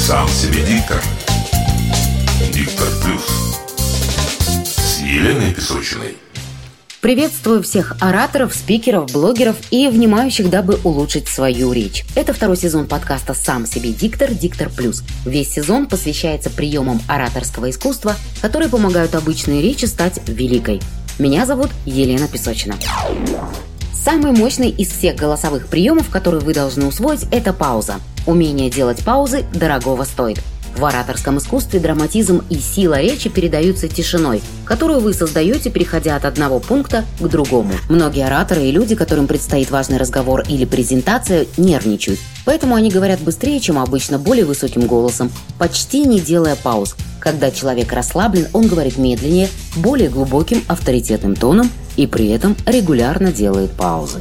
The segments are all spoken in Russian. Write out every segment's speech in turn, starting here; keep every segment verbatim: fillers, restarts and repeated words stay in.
Сам себе диктор. Диктор плюс. С Еленой Песочиной. Приветствую всех ораторов, спикеров, блогеров и внимающих, дабы улучшить свою речь. Это второй сезон подкаста «Сам себе диктор. Диктор плюс». Весь сезон посвящается приемам ораторского искусства, которые помогают обычной речи стать великой. Меня зовут Елена Песочина. Самый мощный из всех голосовых приемов, которые вы должны усвоить, это пауза. Умение делать паузы дорогого стоит. В ораторском искусстве драматизм и сила речи передаются тишиной, которую вы создаете, переходя от одного пункта к другому. Многие ораторы и люди, которым предстоит важный разговор или презентация, нервничают. Поэтому они говорят быстрее, чем обычно, более высоким голосом, почти не делая пауз. Когда человек расслаблен, он говорит медленнее, более глубоким, авторитетным тоном и при этом регулярно делает паузы.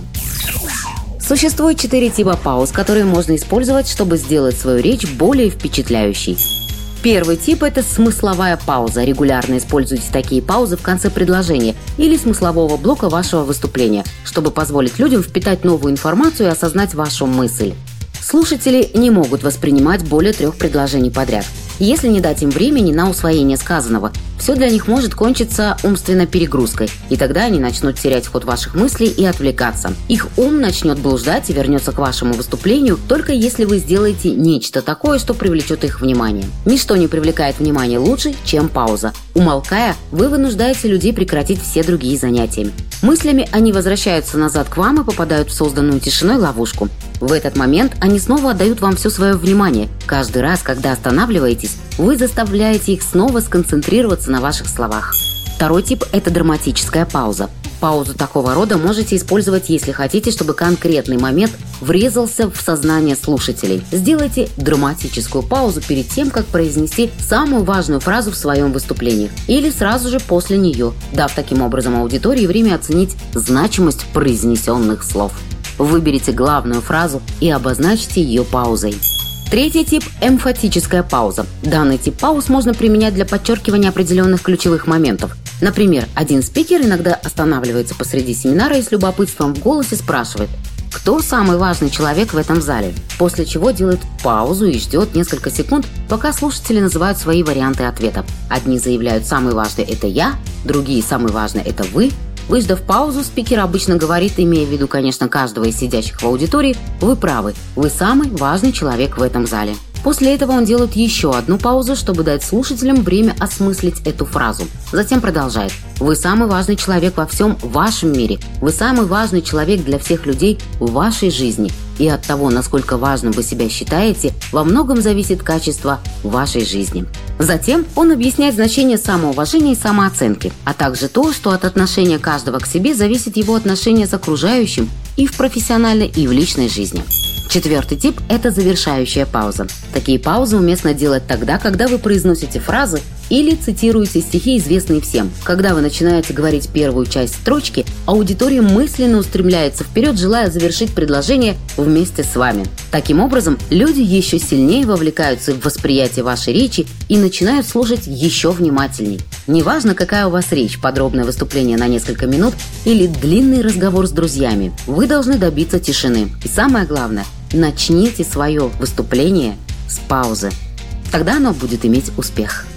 Существует четыре типа пауз, которые можно использовать, чтобы сделать свою речь более впечатляющей. Первый тип – это смысловая пауза. Регулярно используйте такие паузы в конце предложения или смыслового блока вашего выступления, чтобы позволить людям впитать новую информацию и осознать вашу мысль. Слушатели не могут воспринимать более трех предложений подряд. Если не дать им времени на усвоение сказанного, все для них может кончиться умственной перегрузкой, и тогда они начнут терять ход ваших мыслей и отвлекаться. Их ум начнет блуждать и вернется к вашему выступлению, только если вы сделаете нечто такое, что привлечет их внимание. Ничто не привлекает внимание лучше, чем пауза. Умолкая, вы вынуждаете людей прекратить все другие занятия. Мыслями они возвращаются назад к вам и попадают в созданную тишиной ловушку. В этот момент они снова отдают вам все свое внимание. Каждый раз, когда останавливаетесь, вы заставляете их снова сконцентрироваться на ваших словах. Второй тип – это драматическая пауза. Паузу такого рода можете использовать, если хотите, чтобы конкретный момент врезался в сознание слушателей. Сделайте драматическую паузу перед тем, как произнести самую важную фразу в своем выступлении, или сразу же после нее, дав таким образом аудитории время оценить значимость произнесенных слов. Выберите главную фразу и обозначьте ее паузой. Третий тип – эмфатическая пауза. Данный тип пауз можно применять для подчеркивания определенных ключевых моментов. Например, один спикер иногда останавливается посреди семинара и с любопытством в голосе спрашивает: «Кто самый важный человек в этом зале?», после чего делает паузу и ждет несколько секунд, пока слушатели называют свои варианты ответа. Одни заявляют: «Самый важный – это я», другие: «Самый важный – это вы». Выждав паузу, спикер обычно говорит, имея в виду, конечно, каждого из сидящих в аудитории: «Вы правы, вы самый важный человек в этом зале». После этого он делает еще одну паузу, чтобы дать слушателям время осмыслить эту фразу. Затем продолжает: «Вы самый важный человек во всем вашем мире. Вы самый важный человек для всех людей в вашей жизни. И от того, насколько важным вы себя считаете, во многом зависит качество вашей жизни». Затем он объясняет значение самоуважения и самооценки, а также то, что от отношения каждого к себе зависит его отношение с окружающим и в профессиональной, и в личной жизни. Четвертый тип – это завершающая пауза. Такие паузы уместно делать тогда, когда вы произносите фразы или цитируете стихи, известные всем. Когда вы начинаете говорить первую часть строчки, аудитория мысленно устремляется вперед, желая завершить предложение вместе с вами. Таким образом, люди еще сильнее вовлекаются в восприятие вашей речи и начинают слушать еще внимательней. Неважно, какая у вас речь, подробное выступление на несколько минут или длинный разговор с друзьями, вы должны добиться тишины. И самое главное – начните свое выступление с паузы. Тогда оно будет иметь успех.